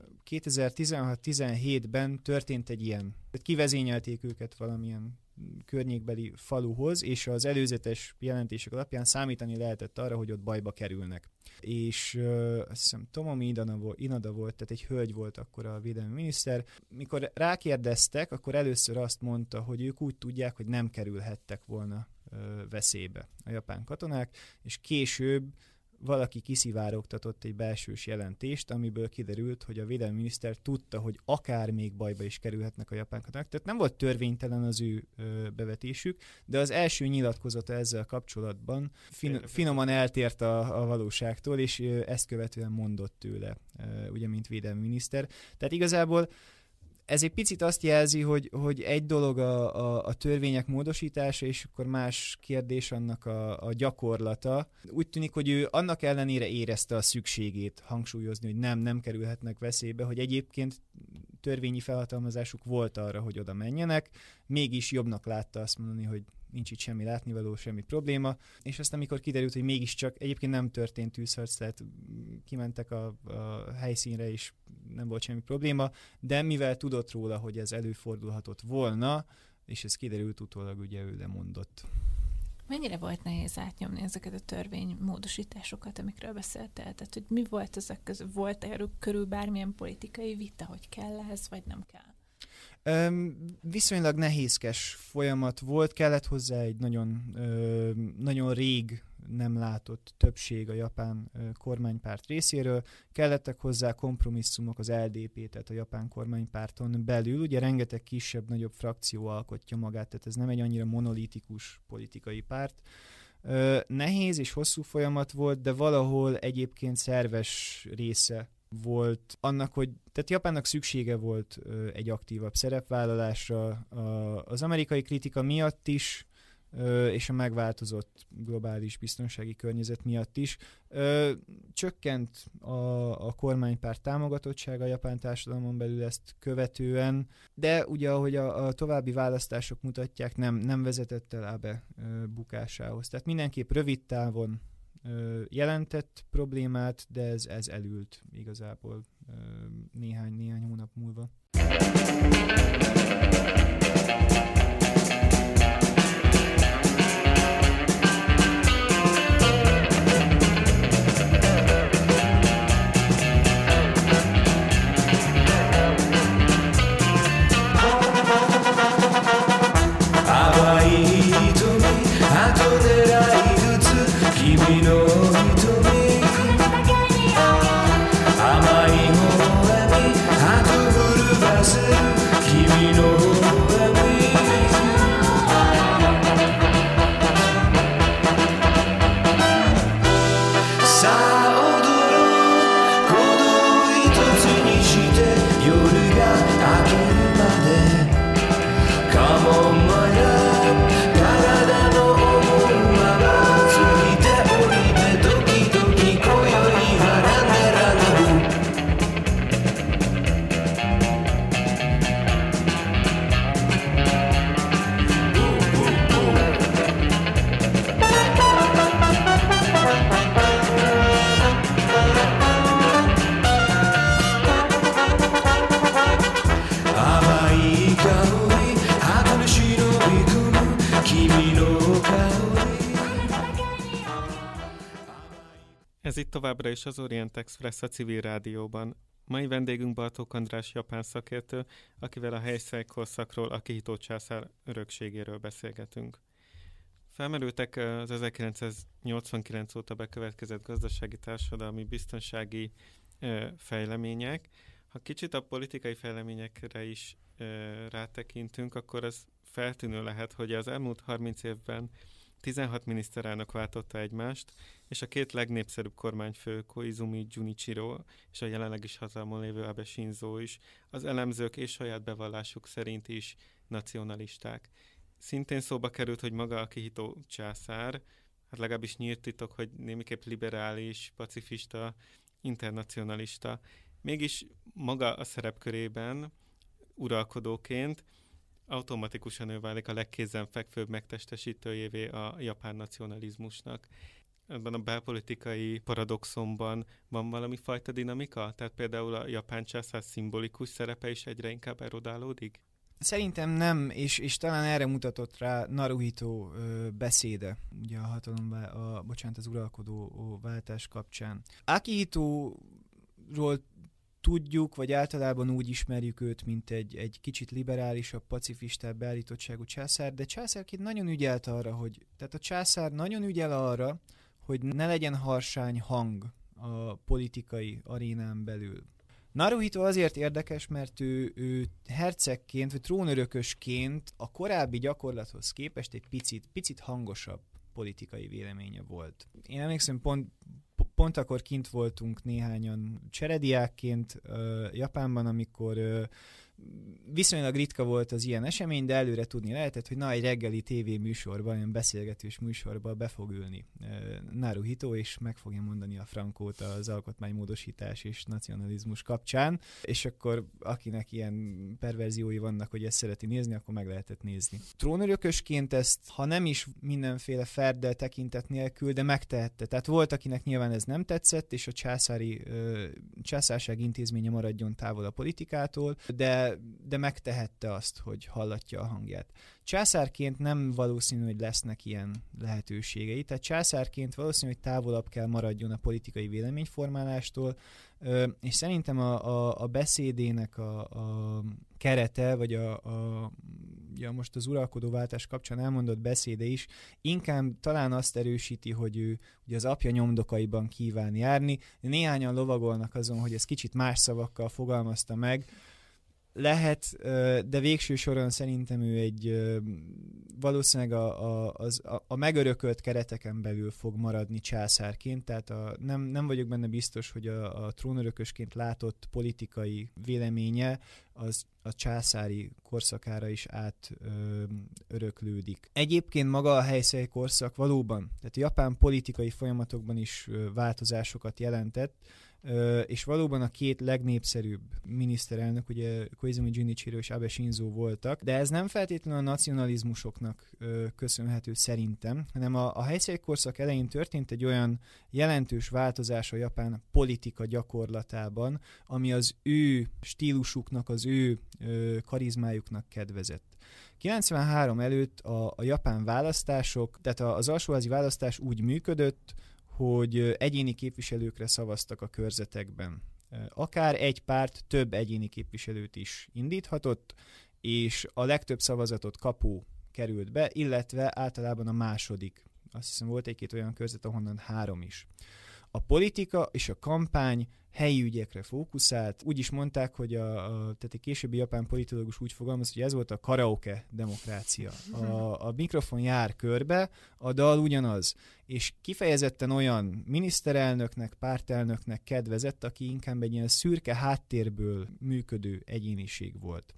2016-17-ben történt egy ilyen. Kivezényelték őket valamilyen környékbeli faluhoz, és az előzetes jelentések alapján számítani lehetett arra, hogy ott bajba kerülnek. És azt hiszem Tomomi Inada volt, tehát egy hölgy volt akkor a védelmi miniszter. Mikor rákérdeztek, akkor először azt mondta, hogy ők úgy tudják, hogy nem kerülhettek volna veszélybe a japán katonák, és később valaki kiszivárogtatott egy belsős jelentést, amiből kiderült, hogy a védelmi miniszter tudta, hogy akár még bajba is kerülhetnek a japán katonák. Tehát nem volt törvénytelen az ő bevetésük, de az első nyilatkozata ezzel kapcsolatban finoman eltért a valóságtól, és ezt követően mondott tőle, ugye, mint védelmi miniszter. Tehát igazából ez egy picit azt jelzi, hogy egy dolog a törvények módosítása, és akkor más kérdés annak a gyakorlata. Úgy tűnik, hogy ő annak ellenére érezte a szükségét hangsúlyozni, hogy nem kerülhetnek veszélybe, hogy egyébként törvényi felhatalmazásuk volt arra, hogy oda menjenek, mégis jobbnak látta azt mondani, hogy nincs itt semmi látnivaló, semmi probléma, és aztán amikor kiderült, hogy mégiscsak egyébként nem történt tűzharc, tehát kimentek a helyszínre, és nem volt semmi probléma, de mivel tudott róla, hogy ez előfordulhatott volna, és ez kiderült utólag, ugye ő lemondott. Mennyire volt nehéz átnyomni ezeket a törvénymódosításokat, amikről beszéltél? Tehát, hogy mi volt ezek közül? Volt erről körül bármilyen politikai vita, hogy kell ez, vagy nem kell? Viszonylag nehézkes folyamat volt, kellett hozzá egy nagyon rég nem látott többség a japán kormánypárt részéről, kellettek hozzá kompromisszumok az LDP, tehát a japán kormánypárton belül, ugye rengeteg kisebb-nagyobb frakció alkotja magát, tehát ez nem egy annyira monolitikus politikai párt. Nehéz és hosszú folyamat volt, de valahol egyébként szerves része volt annak, hogy tehát Japánnak szüksége volt egy aktívabb szerepvállalásra az amerikai kritika miatt is, és a megváltozott globális biztonsági környezet miatt is. Csökkent a kormánypárt támogatottsága a japán társadalmon belül ezt követően, de ugye ahogy a további választások mutatják, nem vezetett el Abe bukásához. Tehát mindenképp rövid távon jelentett problémát, de ez elült igazából néhány hónap múlva. Ez itt továbbra is az Orient Express a Civil Rádióban. Mai vendégünk Bartók András japán szakértő, akivel a helyszíni korszakról, a Akihito császár örökségéről beszélgetünk. Felmerültek az 1989 óta bekövetkezett gazdasági, társadalmi, biztonsági fejlemények. Ha kicsit a politikai fejleményekre is rátekintünk, akkor az feltűnő lehet, hogy az elmúlt 30 évben 16 miniszterelnök váltotta egymást, és a két legnépszerűbb kormányfő, Koizumi Junichiro és a jelenleg is hatalmon lévő Abe Shinzo is, az elemzők és saját bevallásuk szerint is nacionalisták. Szintén szóba került, hogy maga Akihito császár, hát legalábbis nyílt titok, hogy némiképp liberális, pacifista, internacionalista. Mégis maga a szerepkörében uralkodóként automatikusan ő válik a legkézenfekvőbb megtestesítőjévé a japán nacionalizmusnak. Ebben a belpolitikai paradoxonban van valami fajta dinamika? Tehát például a japán császár szimbolikus szerepe is egyre inkább erodálódik? Szerintem nem, és talán erre mutatott rá Naruhito beszéde, ugye az uralkodó váltás kapcsán. Akihitóról tudjuk, vagy általában úgy ismerjük őt, mint egy kicsit liberálisabb, pacifistább beállítottságú császár, de császárként nagyon ügyelt arra, tehát a császár nagyon ügyel arra, hogy ne legyen harsány hang a politikai arénán belül. Naruhito azért érdekes, mert ő hercegként, vagy trónörökösként a korábbi gyakorlathoz képest egy picit hangosabb politikai véleménye volt. Én emlékszem, pont akkor kint voltunk néhányan cserediákként Japánban, amikor viszonylag ritka volt az ilyen esemény, de előre tudni lehetett, hogy egy reggeli tévéműsorban, olyan beszélgetős műsorban be fog ülni Naruhito, és meg fogja mondani a Frankót az alkotmánymódosítás és nacionalizmus kapcsán, és akkor akinek ilyen perverziói vannak, hogy ezt szereti nézni, akkor meg lehetett nézni. Trónörökösként ezt, ha nem is mindenféle ferddel tekintet nélkül, de megtehette. Tehát volt, akinek nyilván ez nem tetszett, és a császárság intézménye maradjon távol a politikától, de megtehette azt, hogy hallatja a hangját. Császárként nem valószínű, hogy lesznek ilyen lehetőségei, tehát császárként valószínű, hogy távolabb kell maradjon a politikai véleményformálástól, és szerintem a beszédének a kerete, vagy most az uralkodóváltás kapcsán elmondott beszéde is inkább talán azt erősíti, hogy ő ugye az apja nyomdokaiban kíván járni. Néhányan lovagolnak azon, hogy ez kicsit más szavakkal fogalmazta meg. Lehet, de végső soron szerintem ő valószínűleg a megörökölt kereteken belül fog maradni császárként, tehát nem vagyok benne biztos, hogy a trónörökösként látott politikai véleménye az a császári korszakára is átöröklődik. Egyébként maga a Heisei korszak valóban, tehát a japán politikai folyamatokban is változásokat jelentett, és valóban a két legnépszerűbb miniszterelnök, ugye Koizumi Junichiro és Abe Shinzo voltak, de ez nem feltétlenül a nacionalizmusoknak köszönhető szerintem, hanem a Heisei korszak elején történt egy olyan jelentős változás a japán politika gyakorlatában, ami az ő stílusuknak, az ő karizmájuknak kedvezett. 93 előtt a japán választások, tehát az alsóházi választás úgy működött, hogy egyéni képviselőkre szavaztak a körzetekben. Akár egy párt több egyéni képviselőt is indíthatott, és a legtöbb szavazatot kapó került be, illetve általában a második. Azt hiszem volt egy-két olyan körzet, ahonnan 3 is. A politika és a kampány helyi ügyekre fókuszált. Úgy is mondták, hogy tehát egy későbbi japán politológus úgy fogalmaz, hogy ez volt a karaoke demokrácia. A mikrofon jár körbe, a dal ugyanaz. És kifejezetten olyan miniszterelnöknek, pártelnöknek kedvezett, aki inkább egy ilyen szürke háttérből működő egyéniség volt.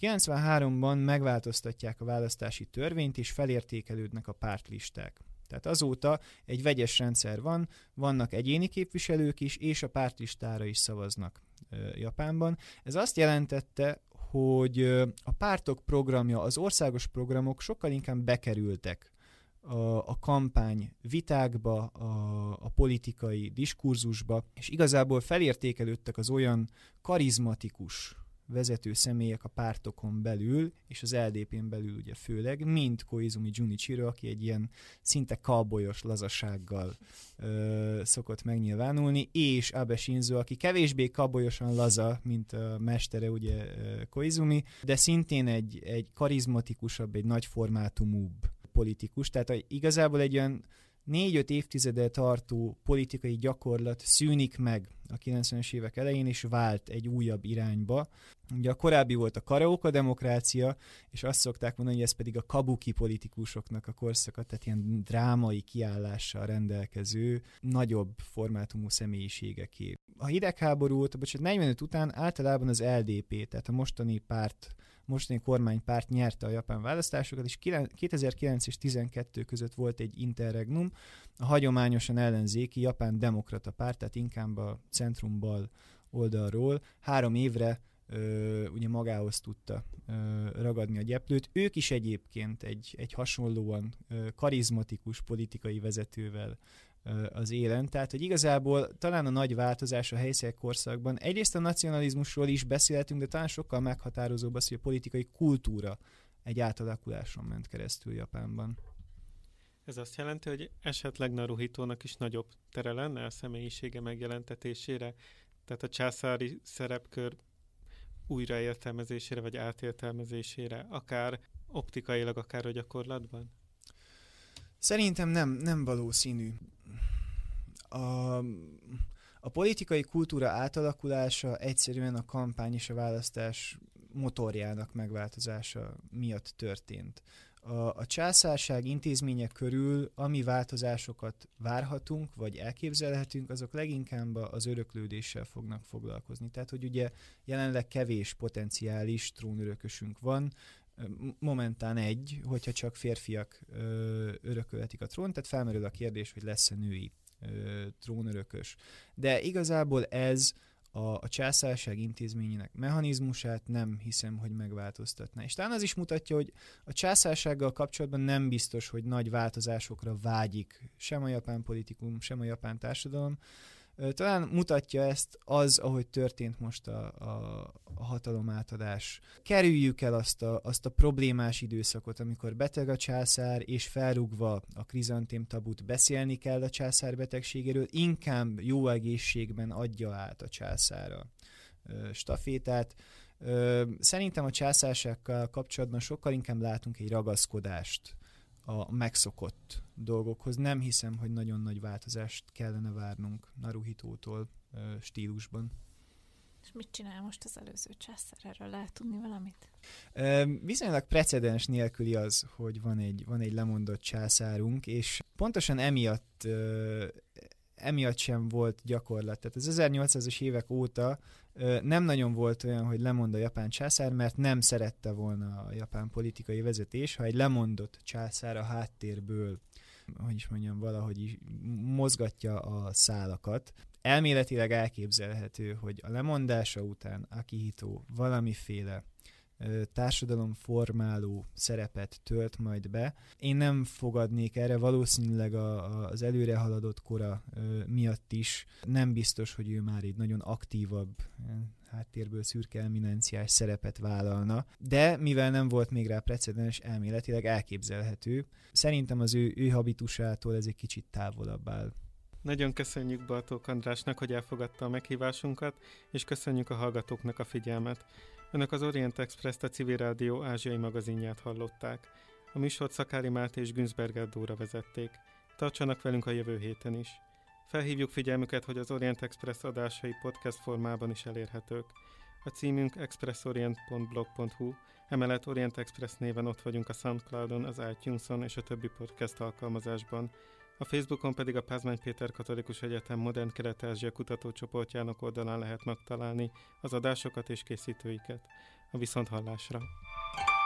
93-ban megváltoztatják a választási törvényt, és felértékelődnek a pártlisták. Tehát azóta egy vegyes rendszer van, vannak egyéni képviselők is, és a pártlistára is szavaznak Japánban. Ez azt jelentette, hogy a pártok programja, az országos programok sokkal inkább bekerültek a kampány vitákba, a politikai diskurzusba, és igazából felértékelődtek az olyan karizmatikus vezető személyek a pártokon belül, és az LDP-n belül ugye főleg, mint Koizumi Junichiro, aki egy ilyen szinte cowboyos lazasággal szokott megnyilvánulni, és Abe Shinzo, aki kevésbé cowboyosan laza, mint a mestere, ugye Koizumi, de szintén egy karizmatikusabb, egy nagy formátumúbb politikus, tehát igazából egy olyan 4-5 évtizede tartó politikai gyakorlat szűnik meg a 90-es évek elején, és vált egy újabb irányba. Ugye a korábbi volt a karaoke demokrácia, és azt szokták mondani, hogy ez pedig a kabuki politikusoknak a korszaka, tehát ilyen drámai kiállással rendelkező, nagyobb formátumú személyiségeké. A hidegháború, 45 után általában az LDP, tehát a mostani kormánypárt nyerte a japán választásokat, és 2009 és 2012 között volt egy interregnum, a hagyományosan ellenzéki japán demokrata párt, tehát inkább a centrum-bal oldalról 3 évre ugye magához tudta ragadni a gyeplőt. Ők is egyébként egy hasonlóan karizmatikus politikai vezetővel az élen. Tehát, hogy igazából talán a nagy változás a Heisei korszakban egyrészt a nacionalizmusról is beszélhetünk, de talán sokkal meghatározóbb az, hogy a politikai kultúra egy átalakuláson ment keresztül Japánban. Ez azt jelenti, hogy esetleg Naruhitónak is nagyobb tere lenne a személyisége megjelentetésére, tehát a császári szerepkör újraértelmezésére vagy átértelmezésére, akár optikailag, akár a gyakorlatban? Szerintem nem valószínű. A politikai kultúra átalakulása egyszerűen a kampány és a választás motorjának megváltozása miatt történt. A császárság intézmények körül, ami változásokat várhatunk, vagy elképzelhetünk, azok leginkább az öröklődéssel fognak foglalkozni. Tehát, hogy ugye jelenleg kevés potenciális trónörökösünk van, momentán egy, hogyha csak férfiak örökölhetik a trónt, tehát felmerül a kérdés, hogy lesz-e női trónörökös. De igazából ez a császárság intézményének mechanizmusát nem hiszem, hogy megváltoztatná. És talán az is mutatja, hogy a császársággal kapcsolatban nem biztos, hogy nagy változásokra vágyik sem a japán politikum, sem a japán társadalom. Talán mutatja ezt az, ahogy történt most a hatalomátadás. Kerüljük el azt a problémás időszakot, amikor beteg a császár, és felrúgva a krizantém tabut beszélni kell a császár betegségéről, inkább jó egészségben adja át a császár a stafétát. Szerintem a császársággal kapcsolatban sokkal inkább látunk egy ragaszkodást a megszokott dolgokhoz. Nem hiszem, hogy nagyon nagy változást kellene várnunk Naruhitótól stílusban. És mit csinál most az előző császár? Erről lehet tudni valamit? Viszonylag precedens nélküli az, hogy van egy lemondott császárunk, és pontosan emiatt sem volt gyakorlat. Tehát az 1800-as évek óta nem nagyon volt olyan, hogy lemond a japán császár, mert nem szerette volna a japán politikai vezetés, ha egy lemondott császár a háttérből, hogy is mondjam, valahogy mozgatja a szálakat. Elméletileg elképzelhető, hogy a lemondása után Akihito valamiféle társadalomformáló szerepet tölt majd be. Én nem fogadnék erre, valószínűleg az előre haladott kora miatt is. Nem biztos, hogy ő már egy nagyon aktívabb, háttérből szürke eminenciás szerepet vállalna, de mivel nem volt még rá precedens, elméletileg elképzelhető. Szerintem az ő habitusától ez egy kicsit távolabb áll. Nagyon köszönjük Bartók Andrásnak, hogy elfogadta a meghívásunkat, és köszönjük a hallgatóknak a figyelmet. Önök az Orient Express-t, a Civil Rádió ázsiai magazinját hallották. A műsort Szakári Máté és Günzberger Dóra vezették. Tartsanak velünk a jövő héten is. Felhívjuk figyelmüket, hogy az Orient Express adásai podcast formában is elérhetők. A címünk expressorient.blog.hu, emellett Orient Express néven ott vagyunk a SoundCloudon, az iTunes-on és a többi podcast alkalmazásban. A Facebookon pedig a Pázmány Péter Katolikus Egyetem Modern Kelet-Ázsia kutatócsoportjának oldalán lehet megtalálni az adásokat és készítőiket. A viszonthallásra!